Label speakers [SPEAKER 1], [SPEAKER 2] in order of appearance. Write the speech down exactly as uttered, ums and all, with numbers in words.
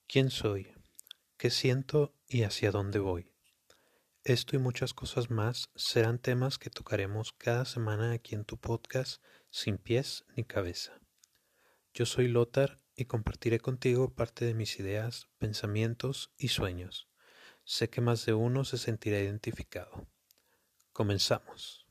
[SPEAKER 1] ¿Quién soy? ¿Qué siento y hacia dónde voy? Esto y muchas cosas más serán temas que tocaremos cada semana aquí en tu podcast Sin pies ni cabeza. Yo soy Lothar y compartiré contigo parte de mis ideas, pensamientos y sueños. Sé que más de uno se sentirá identificado. Comenzamos.